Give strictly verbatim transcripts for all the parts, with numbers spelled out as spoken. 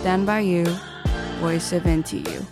Stand by you, voice of N T U。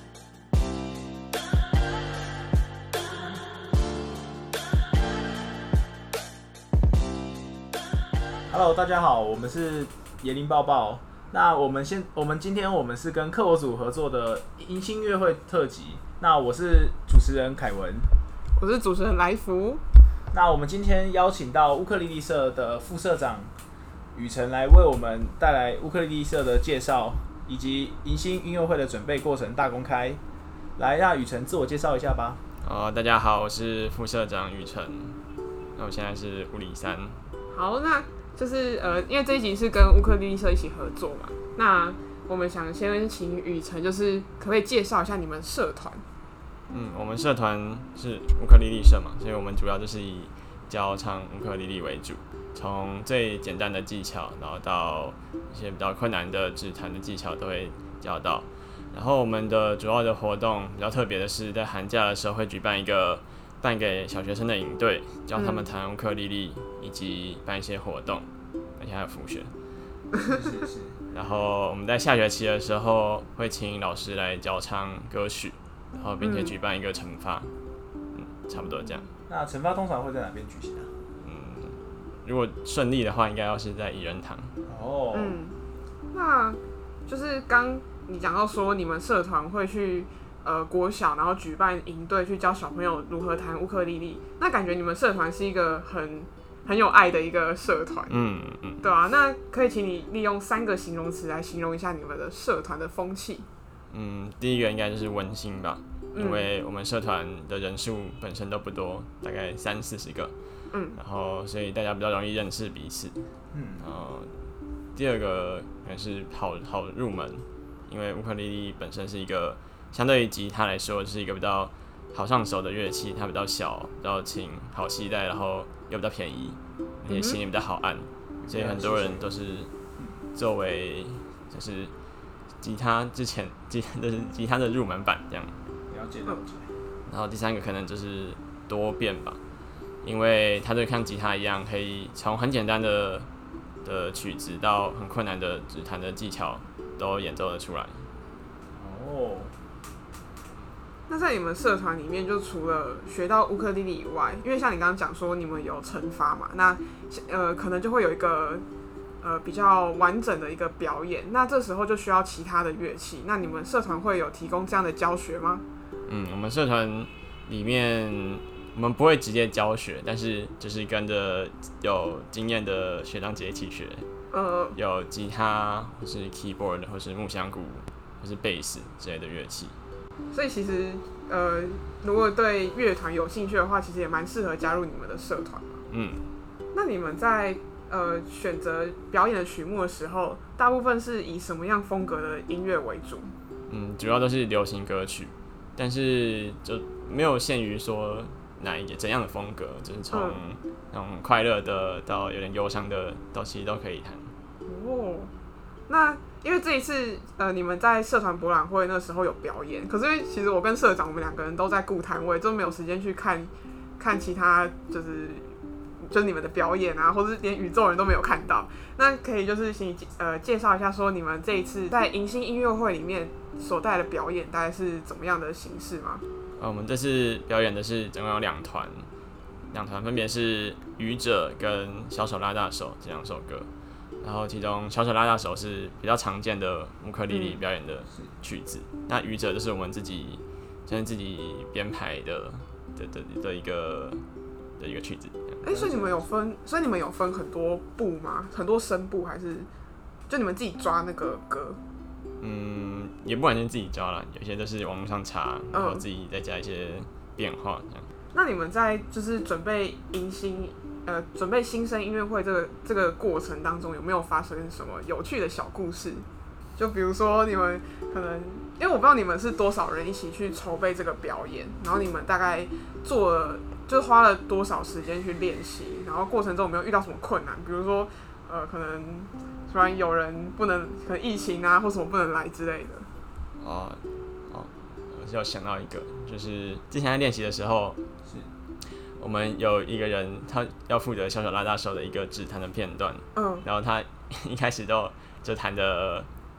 Hello， 大家好，我们是椰林抱抱。那我们先，我们今天我们是跟课我组合作的迎新乐会特辑。那我是主持人凯文， 我是主持人来福。 那我们今天邀请到乌克丽丽社的副社长雨辰来为我们带来乌克丽丽社的介绍，以及迎新音乐会的准备过程大公开。来，让雨辰自我介绍一下吧。 哦，大家好，我是副社长雨辰。那我现在是物理三。 好，那就是呃，因为这一集是跟乌克丽丽社一起合作嘛，那我们想先请雨辰，就是可不可以介绍一下你们社团？ 嗯，我们社团是乌克丽丽社嘛，所以我们主要就是以教唱乌克丽丽为主，从最简单的技巧，然后到一些比较困难的指弹的技巧都会教到。然后我们的主要的活动比较特别的是，在寒假的时候会举办一个办给小学生的营队，教他们弹乌克丽丽，以及办一些活动，而且还有复学。 是是。 然后我们在下学期的时候会请老师来教唱歌曲，然后并且举办一个惩罚，嗯，差不多这样。 那惩罚通常会在哪边举行啊？ 嗯，如果顺利的话，应该要是在一人堂。 哦， 嗯，那就是刚你讲到说你们社团会去呃国小，然后举办营队去教小朋友如何弹乌克丽丽，那感觉你们社团是一个很很有爱的一个社团， 嗯嗯， 对啊，那可以请你利用三个形容词来形容一下你们的社团的风气。 嗯，第一个应该就是温馨吧，因为我们社团的人数本身都不多，大概三四十个，嗯，然后所以大家比较容易认识彼此，嗯，然后第二个可能是好好入门，因为乌克丽丽本身是一个相对于吉他来说是一个比较好上手的乐器，它比较小、比较轻、好携带，然后又比较便宜，而且弦也比较好按，所以很多人都是作为就是吉他之前吉就是吉他的入门版这样。 了解了解。 然后第三个可能就是多变吧，因为它就像吉他一样，可以从很简单的的曲子到很困难的指弹的技巧都演奏得出来。 哦。 那在你们社团里面，就除了学到乌克丽丽以外，因为像你刚刚讲说你们有惩罚嘛，那呃可能就会有一个呃比较完整的一个表演，那这时候就需要其他的乐器。那你们社团会有提供这样的教学吗？ 嗯，我们社团里面我们不会直接教学，但是就是跟着有经验的学长姐一起学。呃，有吉他或是 keyboard 或是木箱鼓或是贝斯之类的乐器。 所以其实，呃，如果对乐团有兴趣的话，其实也蛮适合加入你们的社团嘛。嗯。那你们在呃选择表演的曲目的时候，大部分是以什么样风格的音乐为主？ 嗯，主要都是流行歌曲，但是就没有限于说哪一个怎样的风格，就是从那种快乐的到有点忧伤的，都其实都可以弹。 哦。那因为这一次，呃，你们在社团博览会那时候有表演，可是因为其实我跟社长我们两个人都在顾摊位，就没有时间去看看其他就是就是你们的表演啊，或者是连宇宙人都没有看到。那可以就是请你呃介绍一下，说你们这一次在迎新音乐会里面所带的表演大概是怎么样的形式吗？ 呃，我们这次表演的是总共有两团，两团分别是愚者跟小手拉大手这两首歌。然后其中小手拉大手是比较常见的乌克丽丽表演的曲子，嗯、那愚者就是我们自己就是自己编排的的的的一个的一个曲子。 哎、欸，所以你们有分，所以你们有分很多部吗？很多声部还是就你们自己抓那个歌？ 嗯，也不完全自己抓啦，有些都是网络上查，然后自己再加一些变化这样。嗯、 那你们在就是准备迎新。呃，准备新生音乐会这个这个过程当中，有没有发生什么有趣的小故事？就比如说你们可能，因为我不知道你们是多少人一起去筹备这个表演，然后你们大概做了，就花了多少时间去练习，然后过程中有没有遇到什么困难？比如说，呃，可能突然有人不能，可能疫情啊，或什么不能来之类的。 哦，哦，我就想到一个，就是之前在练习的时候是。我们有一个人，他要负责小手拉大手的一个指弹的片段，嗯，然后他一开始都就弹的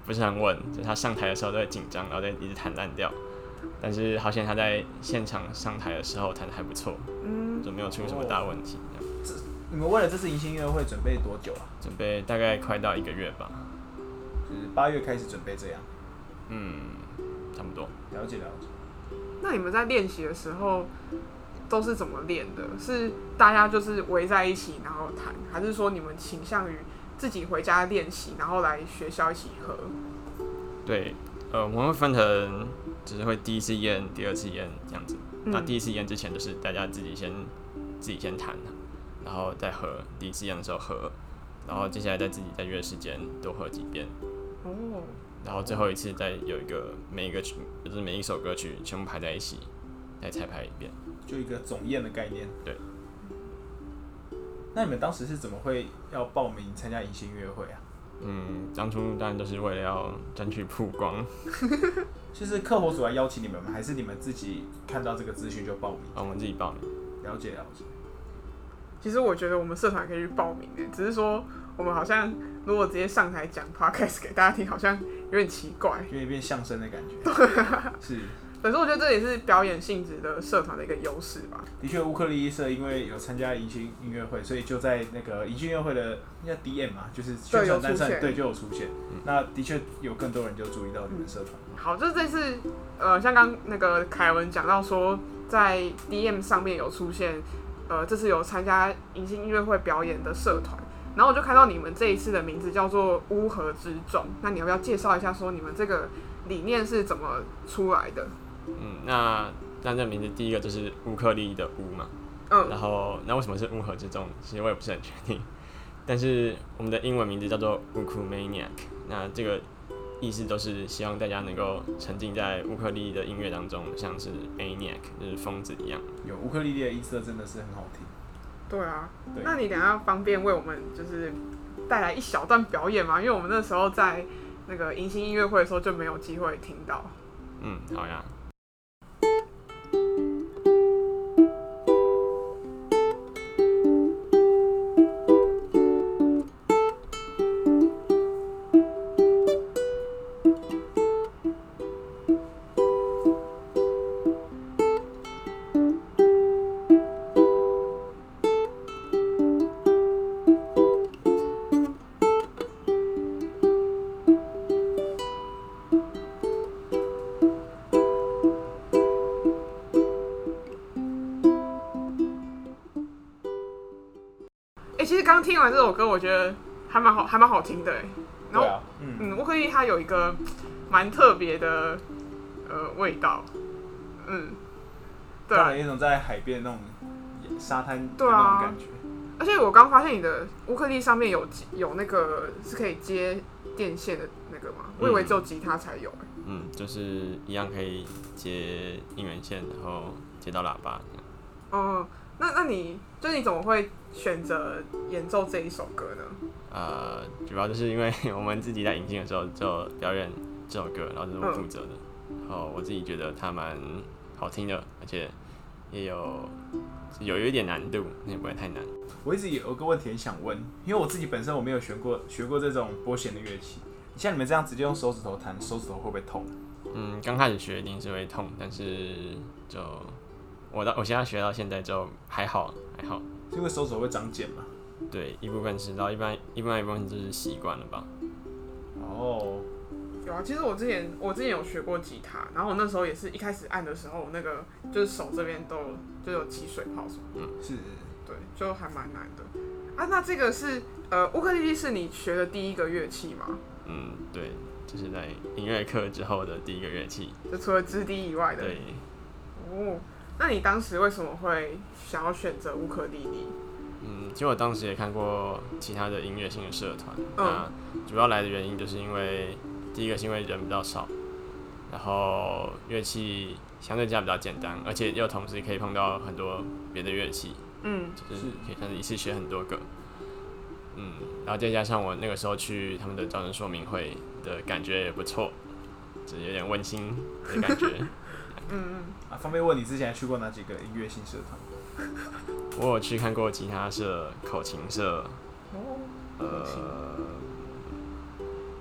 不是很稳，就是他上台的时候都会紧张，然后再一直弹烂掉。但是好险他在现场上台的时候弹得还不错，嗯，就没有出什么大问题。 这你们为了这次迎新音乐会准备多久啊？ 准备大概快到一个月吧， 就是八月开始准备这样。 嗯，差不多。 了解了解。 那你们在练习的时候都是怎么练的？是大家就是围在一起然后弹，还是说你们倾向于自己回家练习，然后来学校一起合？ 对，呃，我们会分成，就是会第一次验、第二次验这样子。嗯、那第一次验之前，就是大家自己先自己先弹，然后再合。第一次验的时候合，然后接下来再自己再约时间多合几遍。哦。然后最后一次再有一个每一个曲，就是每一首歌曲全部排在一起，再彩排一遍。 就一个总验的概念。 对。 那你们当时是怎么会要报名参加迎新音乐会啊？ 嗯，当初当然都是为了要争取曝光。 就是客活组来邀请你们吗？还是你们自己看到这个资讯就报名？ 哦，我们自己报名。 了解了解。 其实我觉得我们社团可以去报名诶，只是说我们好像如果直接上台讲 podcast 给大家听，好像有点奇怪， 有点变相声的感觉。 对啊， 是。 可是我觉得这也是表演性质的社团的一个优势吧。 的确，乌克丽丽社因为有参加迎新音乐会，所以就在那个迎新音乐会的应该 D M 嘛，就是宣传单上对就有出现。嗯、那的确有更多人就注意到你们社团。 嗯、好，就是这次呃，像刚那个凯文讲到说，在 D M 上面有出现，呃，这次有参加迎新音乐会表演的社团。然后我就看到你们这一次的名字叫做乌合之众，那你要不要介绍一下说你们这个理念是怎么出来的？ 嗯，那那这名字第一个就是乌克丽的乌嘛，嗯，然后那为什么是乌合之众？其实我也不是很确定，但是我们的英文名字叫做 Ukulmaniac， 那这个意思都是希望大家能够沉浸在乌克丽的音乐当中，像是 maniac 就是疯子一样。 有乌克丽丽的音色真的是很好听。 对啊，对，那你等一下方便为我们就是带来一小段表演吗？因为我们那时候在那个迎新音乐会的时候就没有机会听到。 嗯，好呀。 其实刚听完这首歌，我觉得还蛮好，还蛮好听的哎。然后， 啊、嗯， 嗯乌克丽丽它有一个蛮特别的呃味道，嗯， 对啊，有一种在海边那种沙滩的那种感觉。 而且我刚发现你的乌克丽丽上面有有那个是可以接电线的那个吗？我以为只有吉他才有。 嗯，就是一样可以接音源线，然后接到喇叭。 嗯。那那你就是你怎么会选择演奏这一首歌呢？ 呃，主要就是因为我们自己在迎新的时候就表演这首歌，然后这是我负责的，嗯、然后我自己觉得它蛮好听的，而且也有有一点难度，也不会太难。 我一直有个问题很想问，因为我自己本身我没有学过学过这种拨弦的乐器，像你们这样直接用手指头弹，手指头会不会痛？ 嗯，刚开始学一定是会痛，但是就。我到我现在学到现在就还好还好， 是因为手指会长茧嘛？ 对，一部分是，然后一般一般一部分就是习惯了吧。 哦， 有啊，其实我之前我之前有学过吉他，然后我那时候也是一开始按的时候，那个就是手这边都就有起水泡什么的。 嗯，是， 对，就还蛮难的。啊，那这个是呃乌克丽丽是你学的第一个乐器吗？ 嗯，对，就是在音乐课之后的第一个乐器。 就除了直笛以外的。 对。 哦。那你当时为什么会想要选择乌克丽丽？ 嗯，其实我当时也看过其他的音乐性的社团，嗯、那主要来的原因就是因为第一个是因为人比较少，然后乐器相对价比较简单，而且又同时可以碰到很多别的乐器，嗯，就是可以像是一次学很多个，嗯，然后再加上我那个时候去他们的招生说明会的感觉也不错，就是有点温馨的感觉。 嗯嗯， 啊，方便问你之前去过哪几个音乐性社团？ 我有去看过吉他社、口琴社，呃，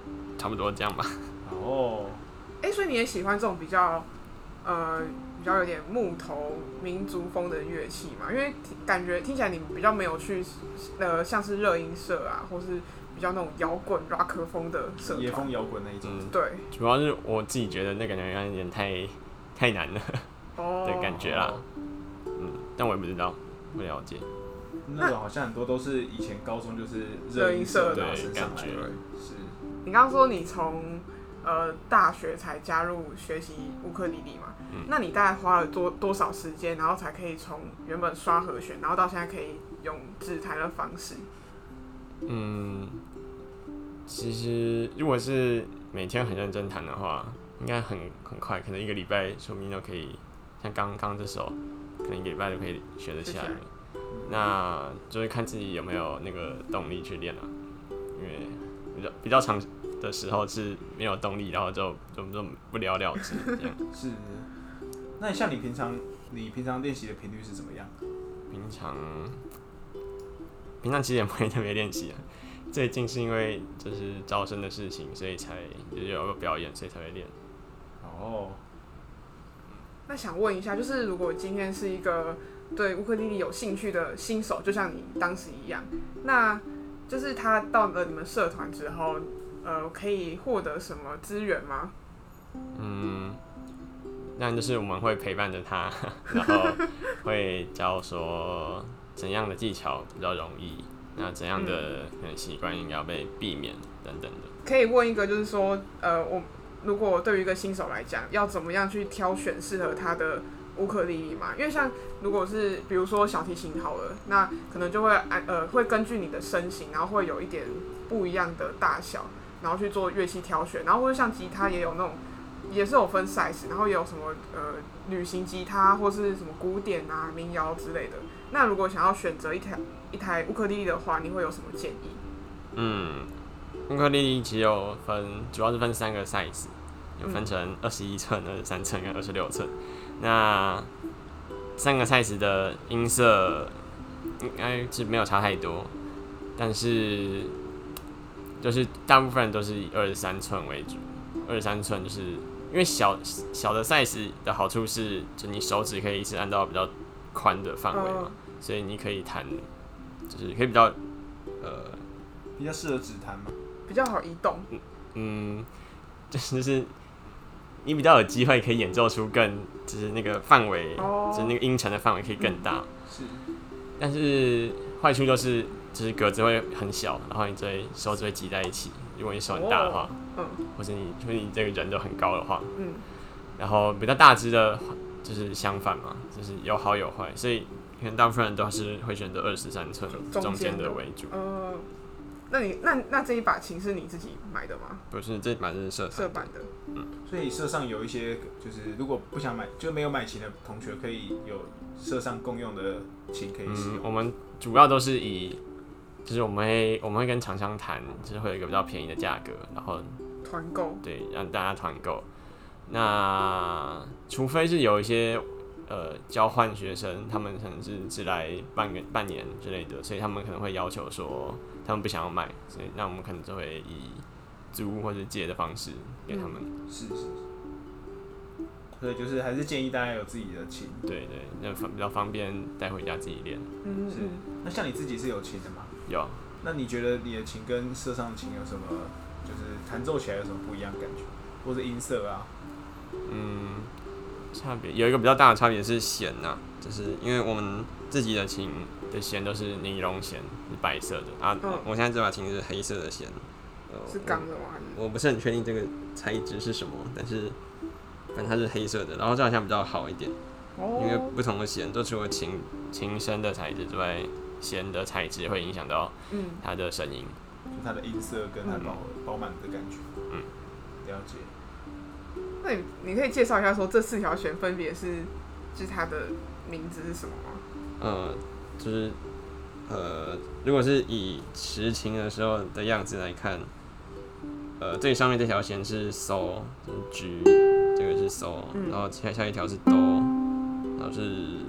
差不多这样吧。 哦， 哎、欸，所以你也喜欢这种比较呃比较有点木头民族风的乐器嘛？因为感觉听起来你比较没有去呃像是热音社啊，或是比较那种摇滚 rock 风的社团， 野风摇滚那一种、 嗯。 对， 主要是我自己觉得那感觉有点太太难了的感觉啦。嗯，但我也不知道，不了解。 那种好像很多都是以前高中就是热音社的升上来的。是。 你刚刚说你从呃大学才加入学习乌克丽丽嘛？嗯、那你大概花了多多少时间，然后才可以从原本刷和弦，然后到现在可以用指弹的方式？ 嗯，其实如果是每天很认真弹的话，应该很很快，可能一个礼拜说不定就可以，像刚刚这首，可能一个礼拜就可以学得起来了。那就是看自己有没有那个动力去练了、啊，因为比较比较长的时候是没有动力，然后就就就不了了之这样。 是。那像你平常你平常练习的频率是怎么样？ 平常平常其实也不会特别练习啊。最近是因为就是招生的事情，所以才就是有个表演，所以才会练。 哦。 那想问一下，就是如果今天是一个对乌克丽丽有兴趣的新手，就像你当时一样，那就是他到了你们社团之后，呃，可以获得什么资源吗？嗯， 那就是我们会陪伴着他，然后会教说怎样的技巧比较容易，那怎样的可能习惯应该要被避免等等的。 可以问一个，就是说，呃，我如果对于一个新手来讲，要怎么样去挑选适合他的乌克丽丽嘛？因为像如果是比如说小提琴好了，那可能就会按呃会根据你的身形，然后会有一点不一样的大小，然后去做乐器挑选，然后或者像吉他也有那种也是有分 size， 然后也有什么呃旅行吉他或是什么古典啊民谣之类的。那如果想要选择一台一台乌克丽丽的话，你会有什么建议？ 嗯，乌克丽丽其实有分，主要是分三个 size。有分成二十一寸、二十三寸跟二十六寸。那三个 size 的音色应该是没有差太多，但是就是大部分人都是以二十三寸为主。二十三寸就是因为小小的 size 的好处是，就你手指可以一直按到比较宽的范围嘛，所以你可以弹，就是可以比较呃比较适合指弹嘛， 比较好移动。 嗯，就是。你比较有机会可以演奏出更，就是那个范围， oh. 就是那个音程的范围可以更大。 是， 但是坏处就是，就是格子会很小，然后你这手指会挤在一起。如果你手很大的话，嗯、oh. ，或者你，或者你这个人都很高的话，嗯，然后比较大只的，就是相反嘛，就是有好有坏，所以可能大部分人都是会选择二十三寸中间的为主。 呃，那你那那这一把琴是你自己买的吗？ 不是，这把是社社版的。 嗯，所以社上有一些就是如果不想买就没有买琴的同学，可以有社上共用的琴可以使用。 嗯，我们主要都是以，就是我们会我们会跟厂商谈，就是会有一个比较便宜的价格，然后团购， 对，让大家团购。那除非是有一些呃交换学生，他们可能是只来半个半年之类的，所以他们可能会要求说他们不想要买，所以那我们可能就会以租或者借的方式给他们。 嗯、是是是。所以就是还是建议大家有自己的琴。 对对，那比较方便带回家自己练。 嗯是。那像你自己是有琴的吗？ 有。 那你觉得你的琴跟社上的琴有什么，就是弹奏起来有什么不一样的感觉，或者音色啊？ 嗯，差别有一个比较大的差别是弦呐、啊，就是因为我们自己的琴的弦都是尼龙弦，是白色的啊、嗯。我现在这把琴是黑色的弦。 是钢的吗？ 我不是很确定这个材质是什么，但是反正它是黑色的，然后这好像比较好一点，哦、因为不同的弦都除了琴琴身的材质之外，弦的材质会影响到它的声音， 嗯、就它的音色跟它饱饱满的感觉。嗯，了解。 那你你可以介绍一下说这四条弦分别是，就是它的名字是什么吗？ 呃，就是呃，如果是以持琴的时候的样子来看。呃，最上面这条弦是 So， G， 这个是 So，、嗯、然后下下一条是 Do， 然后是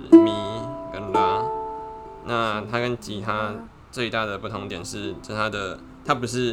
Mi 跟 La。那它跟吉他最大的不同点是，就是它的它不是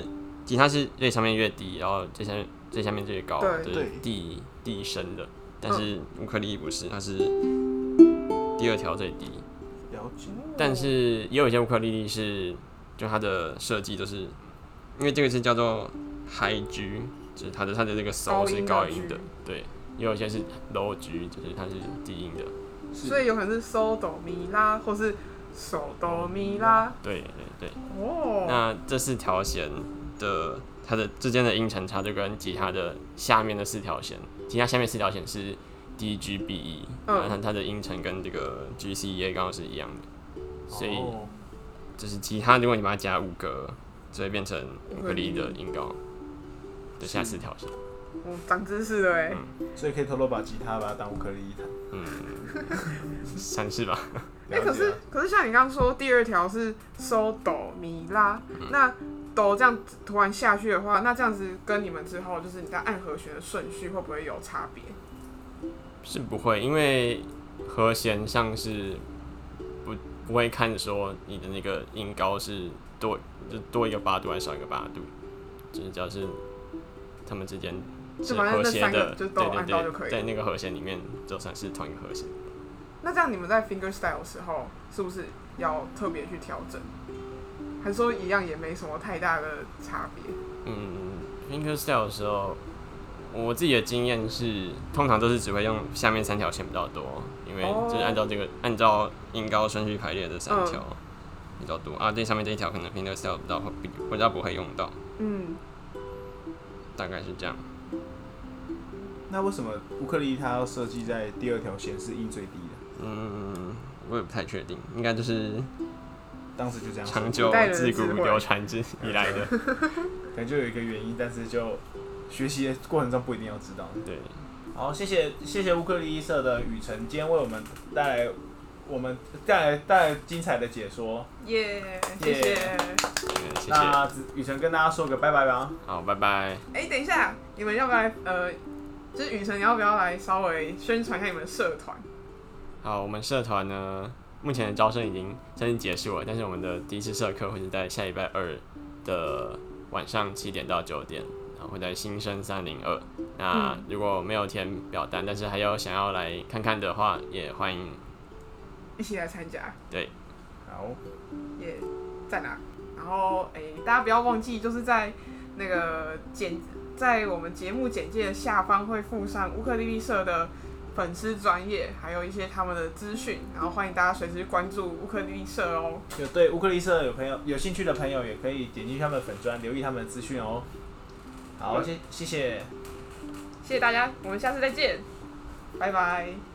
吉他是越上面越低，然后最下面最下面最高，就是第第一声的。但是乌克丽丽不是，它是第二条最低。 了解。 但是也有一些乌克丽丽是，就它的设计都是，因为这个是叫做 high G， 就是它的它的这个手是高音的，对。也有一些是 low G， 就是它是低音的。 所以有可能是 so 哆咪拉，或是 so 哆咪拉。 对对对。 哦。那这四条弦的它的之间的音程差就跟吉他的下面的四条弦，吉他下面四条弦是 D G B E， 嗯，然后它的音程跟这个 G C E A 刚好是一样的，所以就是吉他如果你把它加五个，就会变成乌克丽丽的音高的下四条弦。 哦，长知识了哎、 嗯！所以可以偷偷把吉他把它当乌克丽丽弹。 嗯，算是吧。 哎、欸，可是可是像你刚刚说第二条是收哆咪拉，嗯、那哆这样突然下去的话，那这样子跟你们之后就是你在按和弦的顺序会不会有差别？ 是不会，因为和弦上是不不会看说你的那个音高是多就多一个八度还是少一个八度，就是只要是他们之间。是和谐的， 就都按到就可以了。 在那个和弦里面，就算是同一个和弦。 那这样你们在 fingerstyle 的时候，是不是要特别去调整？还是说一样也没什么太大的差别？ 嗯 ，fingerstyle 的时候，我自己的经验是，通常都是只会用下面三条弦比较多，因为就是按照这个、哦、按照音高顺序排列的三条比较多、嗯、啊。这上面这一条可能 fingerstyle 比较比较不会用到。嗯，大概是这样。 那为什么乌克丽丽它要设计在第二条弦是音最低的？ 嗯，我也不太确定，应该就是当时就这样， 长久自古流传之以来的， 可能就有一个原因，但是就学习的过程中不一定要知道。 对， 好，谢谢谢谢乌克丽丽社的雨辰，今天为我们带来我们带来带来精彩的解说， 耶、yeah, ，谢谢。 谢谢。 那雨辰跟大家说个拜拜吧。 好，拜拜。 哎、欸，等一下，你们要不要来呃？就是雨辰，你要不要来稍微宣传一下你们的社团？ 好，我们社团呢，目前的招生已经将近结束了，但是我们的第一次社课会是在下礼拜二的晚上七点到九点，然后会在新生三零二。那如果没有填表单，但是还有想要来看看的话，也欢迎一起来参加。 对， 好， 也、yeah, 在哪？然后哎、欸，大家不要忘记，就是在那个简。在我们节目简介的下方会附上乌克丽丽社的粉丝专页，还有一些他们的资讯，然后欢迎大家随时关注乌克丽丽社哦。 有对乌克丽丽社有朋友有兴趣的朋友，也可以点进去他们的粉专，留意他们的资讯哦。好，谢谢谢， 谢谢大家，我们下次再见，拜拜。